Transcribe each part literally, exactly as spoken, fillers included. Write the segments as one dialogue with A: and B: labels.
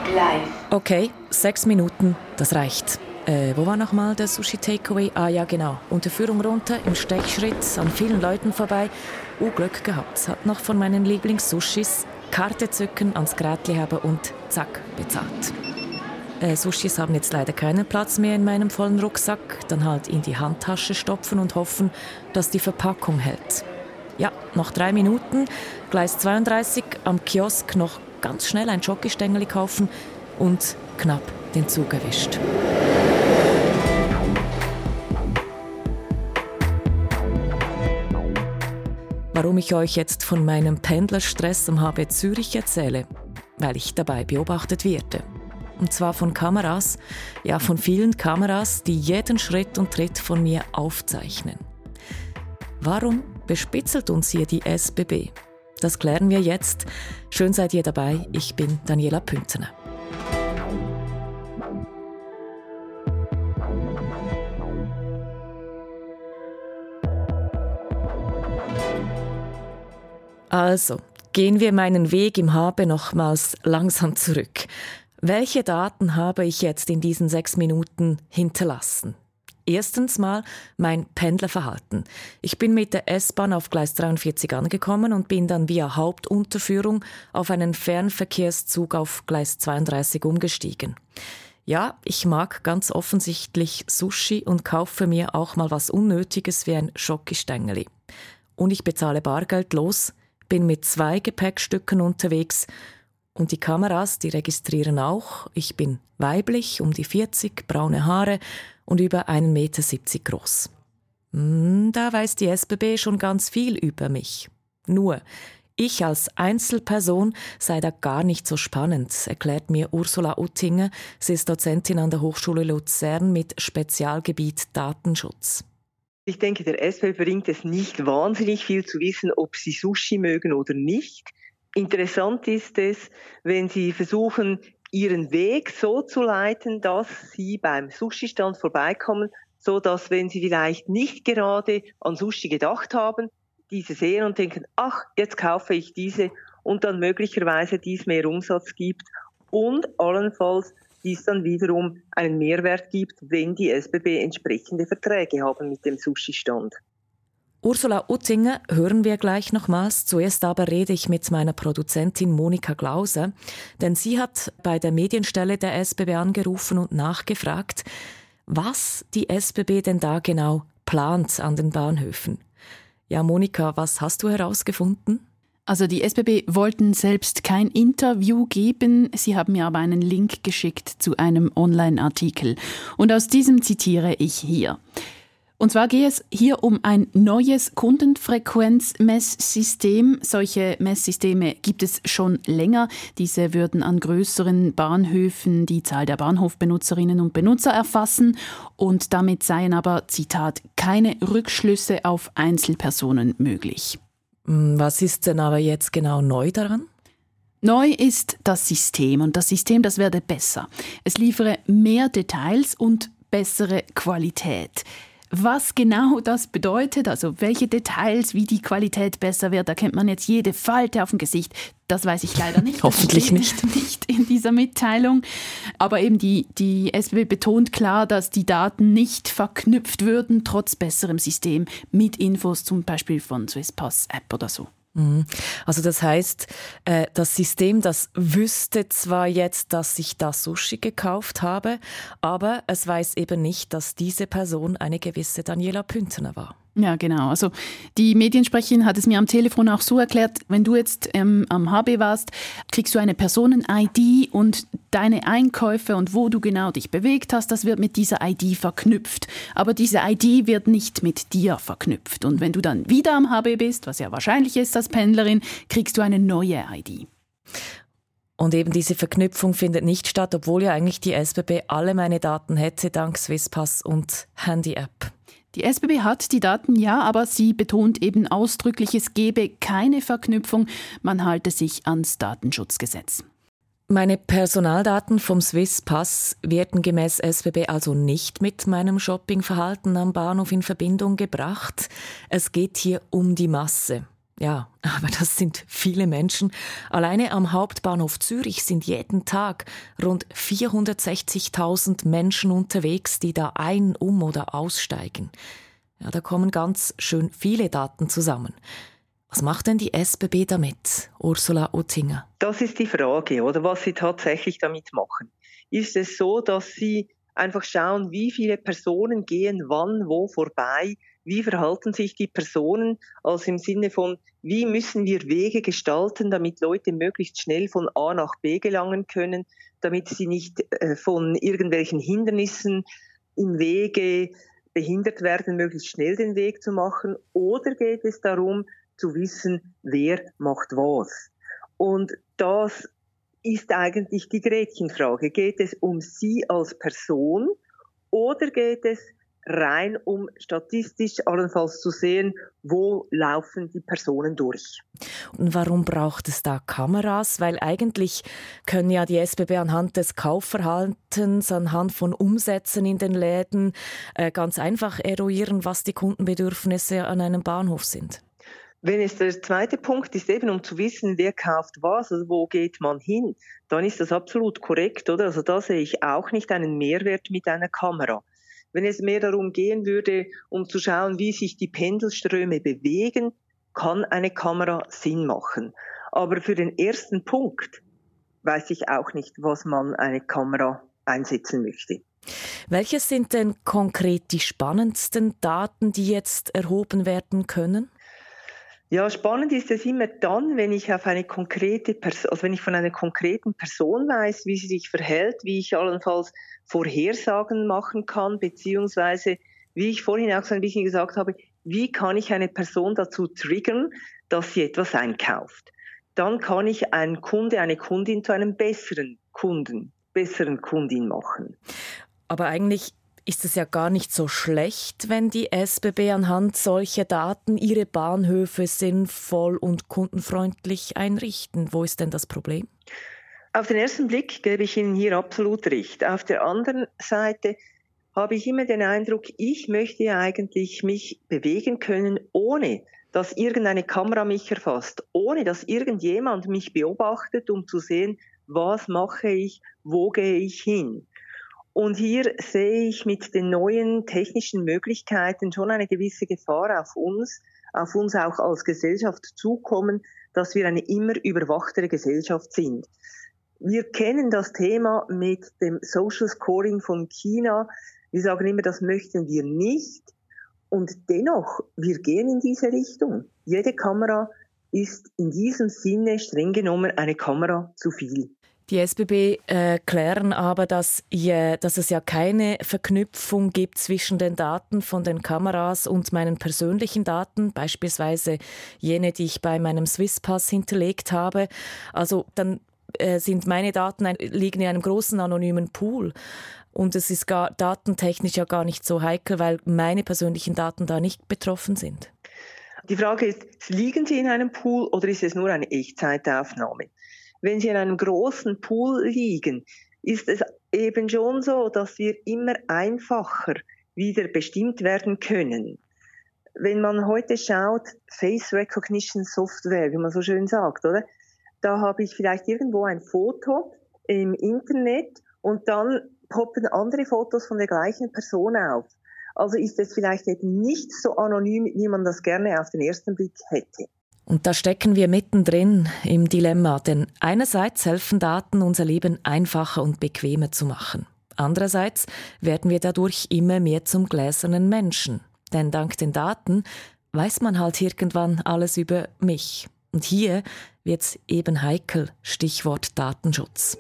A: Live.
B: Okay, sechs Minuten, das reicht. Äh, wo war nochmal der Sushi-Takeaway? Ah ja, genau. Unterführung runter, im Stechschritt, an vielen Leuten vorbei. Oh, Glück gehabt. Hat noch von meinen Lieblings-Sushis. Karte zücken, ans Grätli haben und zack, bezahlt. Äh, Sushis haben jetzt leider keinen Platz mehr in meinem vollen Rucksack. Dann halt in die Handtasche stopfen und hoffen, dass die Verpackung hält. Ja, noch drei Minuten, Gleis zweiunddreißig, am Kiosk noch ganz schnell ein Schokistängeli kaufen und knapp den Zug erwischt. Warum ich euch jetzt von meinem Pendlerstress am H B Zürich erzähle? Weil ich dabei beobachtet werde. Und zwar von Kameras, ja von vielen Kameras, die jeden Schritt und Tritt von mir aufzeichnen. Warum bespitzelt uns hier die S B B? Das klären wir jetzt. Schön seid ihr dabei. Ich bin Daniela Püntener. Also, gehen wir meinen Weg im H B nochmals langsam zurück. Welche Daten habe ich jetzt in diesen sechs Minuten hinterlassen? Erstens mal mein Pendlerverhalten. Ich bin mit der S-Bahn auf Gleis dreiundvierzig angekommen und bin dann via Hauptunterführung auf einen Fernverkehrszug auf Gleis zweiunddreißig umgestiegen. Ja, ich mag ganz offensichtlich Sushi und kaufe mir auch mal was Unnötiges wie ein Schokistängeli. Und ich bezahle bargeldlos, bin mit zwei Gepäckstücken unterwegs und die Kameras, die registrieren auch, ich bin weiblich, um die vierzig, braune Haare und über einen Meter siebzig groß. Da weiß die S B B schon ganz viel über mich. Nur, ich als Einzelperson sei da gar nicht so spannend, erklärt mir Ursula Uttinger. Sie ist Dozentin an der Hochschule Luzern mit Spezialgebiet Datenschutz.
C: Ich denke, der S B B bringt es nicht wahnsinnig viel zu wissen, ob sie Sushi mögen oder nicht. Interessant ist es, wenn sie versuchen, ihren Weg so zu leiten, dass sie beim Sushi-Stand vorbeikommen, so dass, wenn sie vielleicht nicht gerade an Sushi gedacht haben, diese sehen und denken, ach, jetzt kaufe ich diese und dann möglicherweise dies mehr Umsatz gibt und allenfalls dies dann wiederum einen Mehrwert gibt, wenn die S B B entsprechende Verträge haben mit dem Sushi-Stand.
B: Ursula Uttinger hören wir gleich nochmals. Zuerst aber rede ich mit meiner Produzentin Monika Glauser, denn sie hat bei der Medienstelle der S B B angerufen und nachgefragt, was die S B B denn da genau plant an den Bahnhöfen. Ja, Monika, was hast du herausgefunden?
D: Also die S B B wollten selbst kein Interview geben, sie haben mir aber einen Link geschickt zu einem Online-Artikel. Und aus diesem zitiere ich hier. Und zwar geht es hier um ein neues Kundenfrequenzmesssystem. Solche Messsysteme gibt es schon länger. Diese würden an größeren Bahnhöfen die Zahl der Bahnhofbenutzerinnen und Benutzer erfassen. Und damit seien aber, Zitat, keine Rückschlüsse auf Einzelpersonen möglich.
B: Was ist denn aber jetzt genau neu daran?
D: Neu ist das System und das System, das werde besser. Es liefere mehr Details und bessere Qualität. Was genau das bedeutet, also welche Details, wie die Qualität besser wird, da kennt man jetzt jede Falte auf dem Gesicht. Das weiß ich leider nicht.
B: Hoffentlich nicht.
D: Nicht in dieser Mitteilung. Aber eben die, die S B B betont klar, dass die Daten nicht verknüpft würden, trotz besserem System, mit Infos zum Beispiel von Swisspass App oder so.
B: Also das heißt, das System, das wüsste zwar jetzt, dass ich da Sushi gekauft habe, aber es weiß eben nicht, dass diese Person eine gewisse Daniela Püntener war.
D: Ja, genau. Also die Mediensprecherin hat es mir am Telefon auch so erklärt, wenn du jetzt ähm, am H B warst, kriegst du eine Personen-I D und deine Einkäufe und wo du genau dich bewegt hast, das wird mit dieser I D verknüpft. Aber diese I D wird nicht mit dir verknüpft. Und wenn du dann wieder am H B bist, was ja wahrscheinlich ist als Pendlerin, kriegst du eine neue I D.
B: Und eben diese Verknüpfung findet nicht statt, obwohl ja eigentlich die S B B alle meine Daten hätte, dank Swisspass und Handy-App.
D: Die S B B hat die Daten, ja, aber sie betont eben ausdrücklich, es gebe keine Verknüpfung, man halte sich ans Datenschutzgesetz.
B: Meine Personaldaten vom Swisspass werden gemäß S B B also nicht mit meinem Shoppingverhalten am Bahnhof in Verbindung gebracht. Es geht hier um die Masse. Ja, aber das sind viele Menschen. Alleine am Hauptbahnhof Zürich sind jeden Tag rund vierhundertsechzigtausend Menschen unterwegs, die da ein-, um- oder aussteigen. Ja, da kommen ganz schön viele Daten zusammen. Was macht denn die S B B damit, Ursula Uttinger?
C: Das ist die Frage, oder was sie tatsächlich damit machen. Ist es so, dass sie einfach schauen, wie viele Personen gehen wann, wo vorbei, wie verhalten sich die Personen, also im Sinne von, wie müssen wir Wege gestalten, damit Leute möglichst schnell von A nach B gelangen können, damit sie nicht äh, von irgendwelchen Hindernissen im Wege behindert werden, möglichst schnell den Weg zu machen, oder geht es darum, zu wissen, wer macht was? Und das ist eigentlich die Gretchenfrage. Geht es um Sie als Person oder geht es rein um statistisch allenfalls zu sehen, wo laufen die Personen durch?
B: Und warum braucht es da Kameras? Weil eigentlich können ja die S B B anhand des Kaufverhaltens, anhand von Umsätzen in den Läden äh, ganz einfach eruieren, was die Kundenbedürfnisse an einem Bahnhof sind.
C: Wenn es der zweite Punkt ist, eben um zu wissen, wer kauft was, also wo geht man hin, dann ist das absolut korrekt, oder? Also da sehe ich auch nicht einen Mehrwert mit einer Kamera. Wenn es mehr darum gehen würde, um zu schauen, wie sich die Pendelströme bewegen, kann eine Kamera Sinn machen. Aber für den ersten Punkt weiß ich auch nicht, was man eine Kamera einsetzen möchte.
B: Welches sind denn konkret die spannendsten Daten, die jetzt erhoben werden können?
C: Ja, spannend ist es immer dann, wenn ich auf eine konkrete Person, also wenn ich von einer konkreten Person weiß, wie sie sich verhält, wie ich allenfalls Vorhersagen machen kann, beziehungsweise, wie ich vorhin auch so ein bisschen gesagt habe, wie kann ich eine Person dazu triggern, dass sie etwas einkauft. Dann kann ich einen Kunde, eine Kundin zu einem besseren Kunden, besseren Kundin machen.
B: Aber eigentlich ist es ja gar nicht so schlecht, wenn die S B B anhand solcher Daten ihre Bahnhöfe sinnvoll und kundenfreundlich einrichten. Wo ist denn das Problem?
C: Auf den ersten Blick gebe ich Ihnen hier absolut recht. Auf der anderen Seite habe ich immer den Eindruck, ich möchte ja eigentlich mich bewegen können, ohne dass irgendeine Kamera mich erfasst, ohne dass irgendjemand mich beobachtet, um zu sehen, was mache ich, wo gehe ich hin. Und hier sehe ich mit den neuen technischen Möglichkeiten schon eine gewisse Gefahr auf uns, auf uns auch als Gesellschaft zukommen, dass wir eine immer überwachtere Gesellschaft sind. Wir kennen das Thema mit dem Social Scoring von China. Wir sagen immer, das möchten wir nicht. Und dennoch, wir gehen in diese Richtung. Jede Kamera ist in diesem Sinne streng genommen eine Kamera zu viel.
B: Die S B B äh, klären aber, dass, ja, dass es ja keine Verknüpfung gibt zwischen den Daten von den Kameras und meinen persönlichen Daten, beispielsweise jene, die ich bei meinem Swisspass hinterlegt habe. Also dann äh, sind meine Daten ein, liegen in einem großen anonymen Pool. Und es ist gar, datentechnisch ja gar nicht so heikel, weil meine persönlichen Daten da nicht betroffen sind.
C: Die Frage ist, liegen sie in einem Pool oder ist es nur eine Echtzeitaufnahme? Wenn sie in einem großen Pool liegen, ist es eben schon so, dass wir immer einfacher wieder bestimmt werden können. Wenn man heute schaut, Face Recognition Software, wie man so schön sagt, oder? Da habe ich vielleicht irgendwo ein Foto im Internet und dann poppen andere Fotos von der gleichen Person auf. Also ist es vielleicht eben nicht so anonym, wie man das gerne auf den ersten Blick hätte.
B: Und da stecken wir mittendrin im Dilemma, denn einerseits helfen Daten, unser Leben einfacher und bequemer zu machen. Andererseits werden wir dadurch immer mehr zum gläsernen Menschen. Denn dank den Daten weiß man halt irgendwann alles über mich. Und hier wird's eben heikel, Stichwort Datenschutz.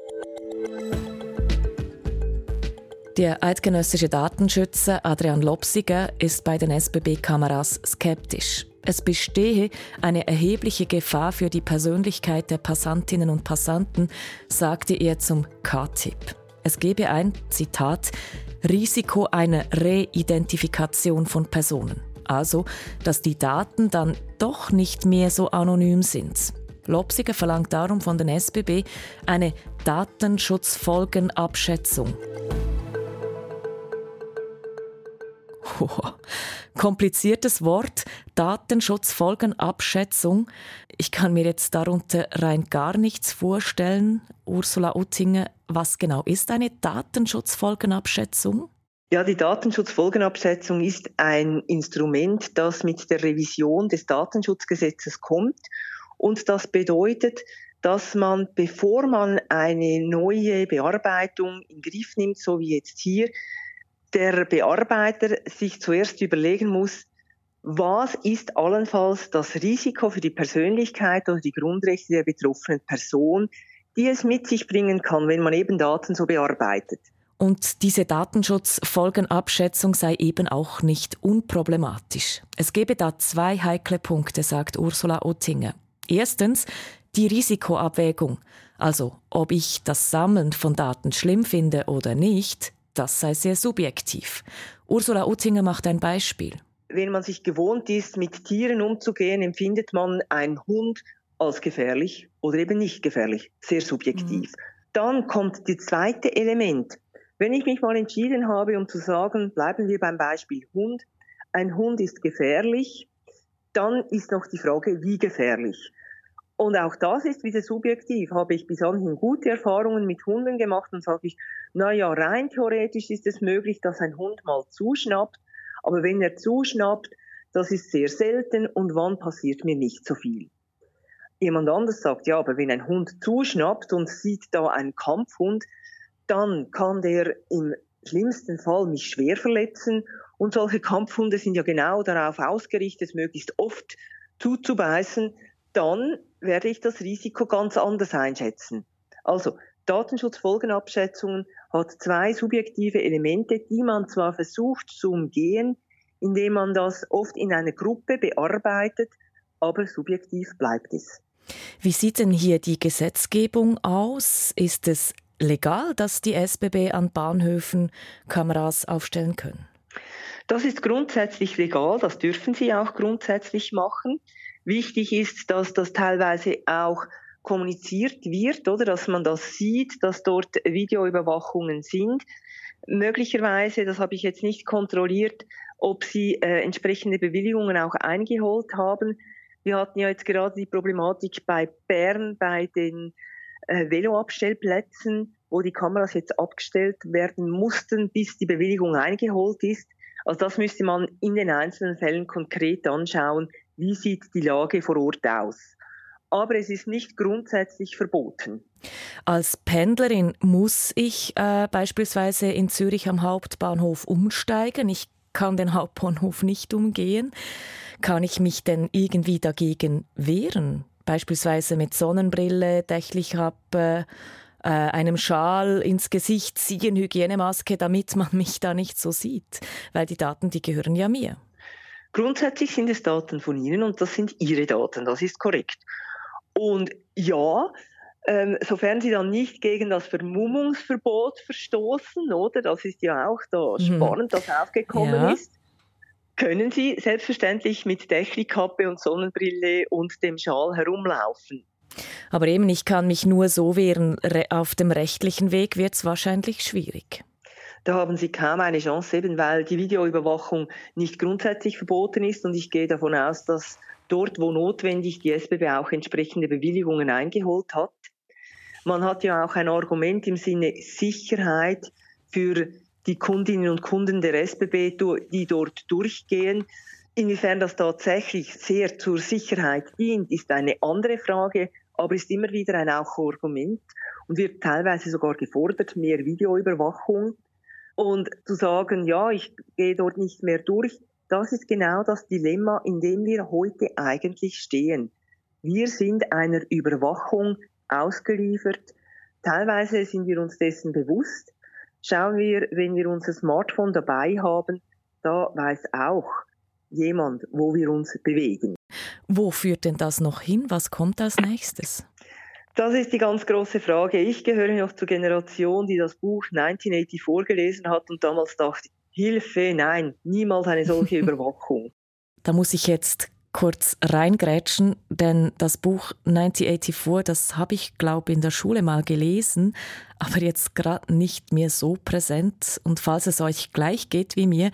B: Der eidgenössische Datenschützer Adrian Lopsiger ist bei den S B B-Kameras skeptisch. Es bestehe eine erhebliche Gefahr für die Persönlichkeit der Passantinnen und Passanten, sagte er zum K-Tipp. Es gebe ein, Zitat, Risiko einer Reidentifikation von Personen. Also, dass die Daten dann doch nicht mehr so anonym sind. Lopsiger verlangt darum von den S B B eine Datenschutzfolgenabschätzung. Oh, kompliziertes Wort, Datenschutzfolgenabschätzung. Ich kann mir jetzt darunter rein gar nichts vorstellen. Ursula Uttinger, was genau ist eine Datenschutzfolgenabschätzung?
C: Ja, die Datenschutzfolgenabschätzung ist ein Instrument, das mit der Revision des Datenschutzgesetzes kommt. Und das bedeutet, dass man, bevor man eine neue Bearbeitung in den Griff nimmt, so wie jetzt hier, der Bearbeiter sich zuerst überlegen muss, was ist allenfalls das Risiko für die Persönlichkeit oder die Grundrechte der betroffenen Person, die es mit sich bringen kann, wenn man eben Daten so bearbeitet.
B: Und diese Datenschutzfolgenabschätzung sei eben auch nicht unproblematisch. Es gebe da zwei heikle Punkte, sagt Ursula Uttinger. Erstens die Risikoabwägung. Also, ob ich das Sammeln von Daten schlimm finde oder nicht, das sei sehr subjektiv. Ursula Uttinger macht ein Beispiel.
C: Wenn man sich gewohnt ist, mit Tieren umzugehen, empfindet man einen Hund als gefährlich oder eben nicht gefährlich. Sehr subjektiv. Mhm. Dann kommt das zweite Element. Wenn ich mich mal entschieden habe, um zu sagen, bleiben wir beim Beispiel Hund, ein Hund ist gefährlich, dann ist noch die Frage, wie gefährlich. Und auch das ist wieder subjektiv. Habe ich bis anhin gute Erfahrungen mit Hunden gemacht und sage ich, na ja, rein theoretisch ist es möglich, dass ein Hund mal zuschnappt. Aber wenn er zuschnappt, das ist sehr selten und wann passiert mir nicht so viel. Jemand anders sagt, ja, aber wenn ein Hund zuschnappt und sieht da einen Kampfhund, dann kann der im schlimmsten Fall mich schwer verletzen. Und solche Kampfhunde sind ja genau darauf ausgerichtet, möglichst oft zuzubeißen. Dann werde ich das Risiko ganz anders einschätzen. Also, Datenschutzfolgenabschätzungen hat zwei subjektive Elemente, die man zwar versucht zu umgehen, indem man das oft in einer Gruppe bearbeitet, aber subjektiv bleibt es.
B: Wie sieht denn hier die Gesetzgebung aus? Ist es legal, dass die S B B an Bahnhöfen Kameras aufstellen können?
C: Das ist grundsätzlich legal, das dürfen sie auch grundsätzlich machen. Wichtig ist, dass das teilweise auch kommuniziert wird, oder dass man das sieht, dass dort Videoüberwachungen sind. Möglicherweise, das habe ich jetzt nicht kontrolliert, ob sie äh, entsprechende Bewilligungen auch eingeholt haben. Wir hatten ja jetzt gerade die Problematik bei Bern, bei den äh, Veloabstellplätzen, wo die Kameras jetzt abgestellt werden mussten, bis die Bewilligung eingeholt ist. Also das müsste man in den einzelnen Fällen konkret anschauen, wie sieht die Lage vor Ort aus. Aber es ist nicht grundsätzlich verboten.
B: Als Pendlerin muss ich äh, beispielsweise in Zürich am Hauptbahnhof umsteigen. Ich kann den Hauptbahnhof nicht umgehen. Kann ich mich denn irgendwie dagegen wehren? Beispielsweise mit Sonnenbrille, Dächlichkappe, äh, einem Schal ins Gesicht ziehen, Hygienemaske, damit man mich da nicht so sieht. Weil die Daten, die gehören ja mir.
C: Grundsätzlich sind es Daten von Ihnen und das sind Ihre Daten, das ist korrekt. Und ja, ähm, sofern Sie dann nicht gegen das Vermummungsverbot verstoßen, oder? Das ist ja auch da spannend, mhm. das aufgekommen ja. ist. Können Sie selbstverständlich mit Dächlichkappe und Sonnenbrille und dem Schal herumlaufen.
B: Aber eben, ich kann mich nur so wehren. Auf dem rechtlichen Weg wird es wahrscheinlich schwierig.
C: Da haben Sie kaum eine Chance, eben weil die Videoüberwachung nicht grundsätzlich verboten ist. Und ich gehe davon aus, dass dort, wo notwendig, die S B B auch entsprechende Bewilligungen eingeholt hat. Man hat ja auch ein Argument im Sinne Sicherheit für die Kundinnen und Kunden der S B B, die dort durchgehen. Inwiefern das tatsächlich sehr zur Sicherheit dient, ist eine andere Frage, aber ist immer wieder ein auch Argument und wird teilweise sogar gefordert, mehr Videoüberwachung. Und zu sagen, ja, ich gehe dort nicht mehr durch, das ist genau das Dilemma, in dem wir heute eigentlich stehen. Wir sind einer Überwachung ausgeliefert. Teilweise sind wir uns dessen bewusst. Schauen wir, wenn wir unser Smartphone dabei haben, da weiß auch jemand, wo wir uns bewegen.
B: Wo führt denn das noch hin? Was kommt als nächstes?
C: Das ist die ganz große Frage. Ich gehöre noch zur Generation, die das Buch neunzehnhundertvierundachtzig gelesen hat und damals dachte, Hilfe, nein, niemals eine solche Überwachung.
B: Da muss ich jetzt kurz reingrätschen, denn das Buch neunzehnhundertvierundachtzig, das habe ich, glaube ich, in der Schule mal gelesen, aber jetzt gerade nicht mehr so präsent. Und falls es euch gleich geht wie mir,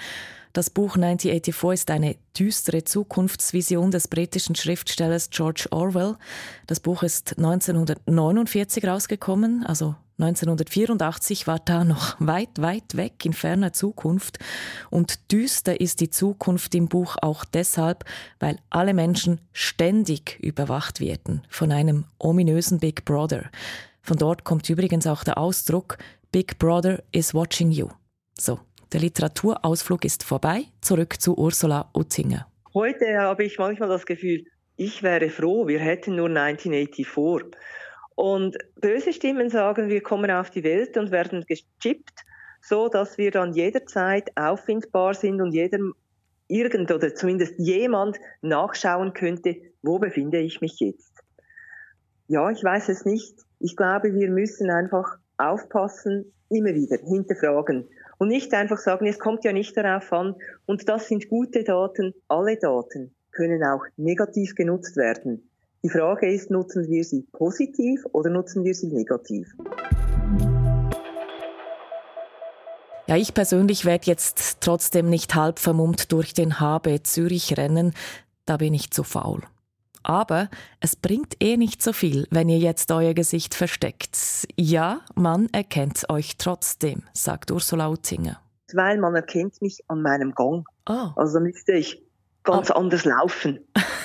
B: Das Buch neunzehnhundertvierundachtzig ist eine düstere Zukunftsvision des britischen Schriftstellers George Orwell. Das Buch ist neunzehnhundertneunundvierzig rausgekommen, also neunzehnhundertvierundachtzig war da noch weit, weit weg in ferner Zukunft. Und düster ist die Zukunft im Buch auch deshalb, weil alle Menschen ständig überwacht werden von einem ominösen Big Brother. Von dort kommt übrigens auch der Ausdruck Big Brother is watching you. So, der Literaturausflug ist vorbei. Zurück zu Ursula Uttinger.
C: Heute habe ich manchmal das Gefühl, ich wäre froh, wir hätten nur neunzehnhundertvierundachtzig. Und böse Stimmen sagen, wir kommen auf die Welt und werden gechippt, so dass wir dann jederzeit auffindbar sind und jeder irgend oder zumindest jemand nachschauen könnte, wo befinde ich mich jetzt. Ja, ich weiß es nicht. Ich glaube, wir müssen einfach aufpassen, immer wieder hinterfragen und nicht einfach sagen, es kommt ja nicht darauf an. Und das sind gute Daten. Alle Daten können auch negativ genutzt werden. Die Frage ist, nutzen wir sie positiv oder nutzen wir sie negativ?
B: Ja, ich persönlich werde jetzt trotzdem nicht halb vermummt durch den H B Zürich rennen. Da bin ich zu faul. Aber es bringt eh nicht so viel, wenn ihr jetzt euer Gesicht versteckt. Ja, man erkennt euch trotzdem, sagt Ursula Uttinger.
C: Weil man erkennt mich an meinem Gang.
B: Oh.
C: Also müsste ich ganz oh. anders laufen.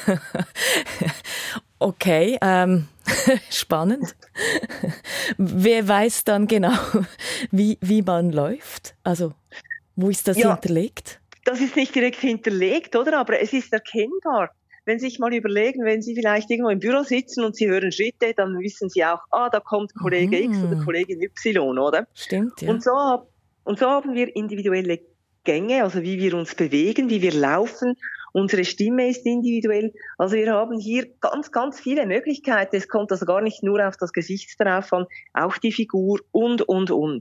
B: Okay, ähm, spannend. Wer weiß dann genau, wie, wie man läuft? Also, wo ist das ja, hinterlegt?
C: Das ist nicht direkt hinterlegt, oder? Aber es ist erkennbar. Wenn Sie sich mal überlegen, wenn Sie vielleicht irgendwo im Büro sitzen und Sie hören Schritte, dann wissen Sie auch, ah, da kommt Kollege X oder Kollegin Y, oder?
B: Stimmt, ja.
C: Und so, und so haben wir individuelle Gänge, also wie wir uns bewegen, wie wir laufen. Unsere Stimme ist individuell. Also wir haben hier ganz, ganz viele Möglichkeiten. Es kommt also gar nicht nur auf das Gesicht drauf an, auch die Figur und, und, und.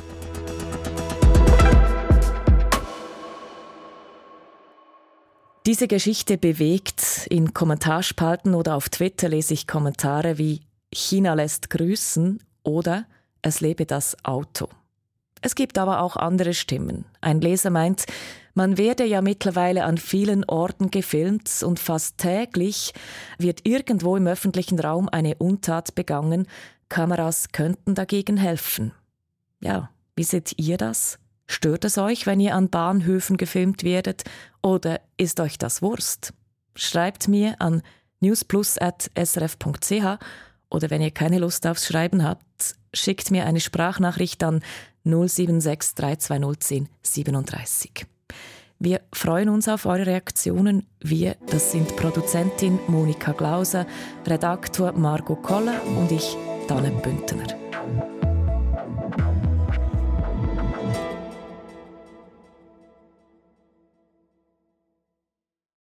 B: Diese Geschichte bewegt. In Kommentarspalten oder auf Twitter lese ich Kommentare wie China lässt grüßen oder es lebe das Auto. Es gibt aber auch andere Stimmen. Ein Leser meint, man werde ja mittlerweile an vielen Orten gefilmt und fast täglich wird irgendwo im öffentlichen Raum eine Untat begangen. Kameras könnten dagegen helfen. Ja, wie seht ihr das? Stört es euch, wenn ihr an Bahnhöfen gefilmt werdet? Oder ist euch das Wurst? Schreibt mir an newsplus at s r f punkt c h oder wenn ihr keine Lust aufs Schreiben habt, schickt mir eine Sprachnachricht an null sieben sechs drei zwei null eins null drei sieben. Wir freuen uns auf eure Reaktionen. Wir, das sind Produzentin Monika Glauser, Redaktor Margot Koller und ich, Dane Bündner.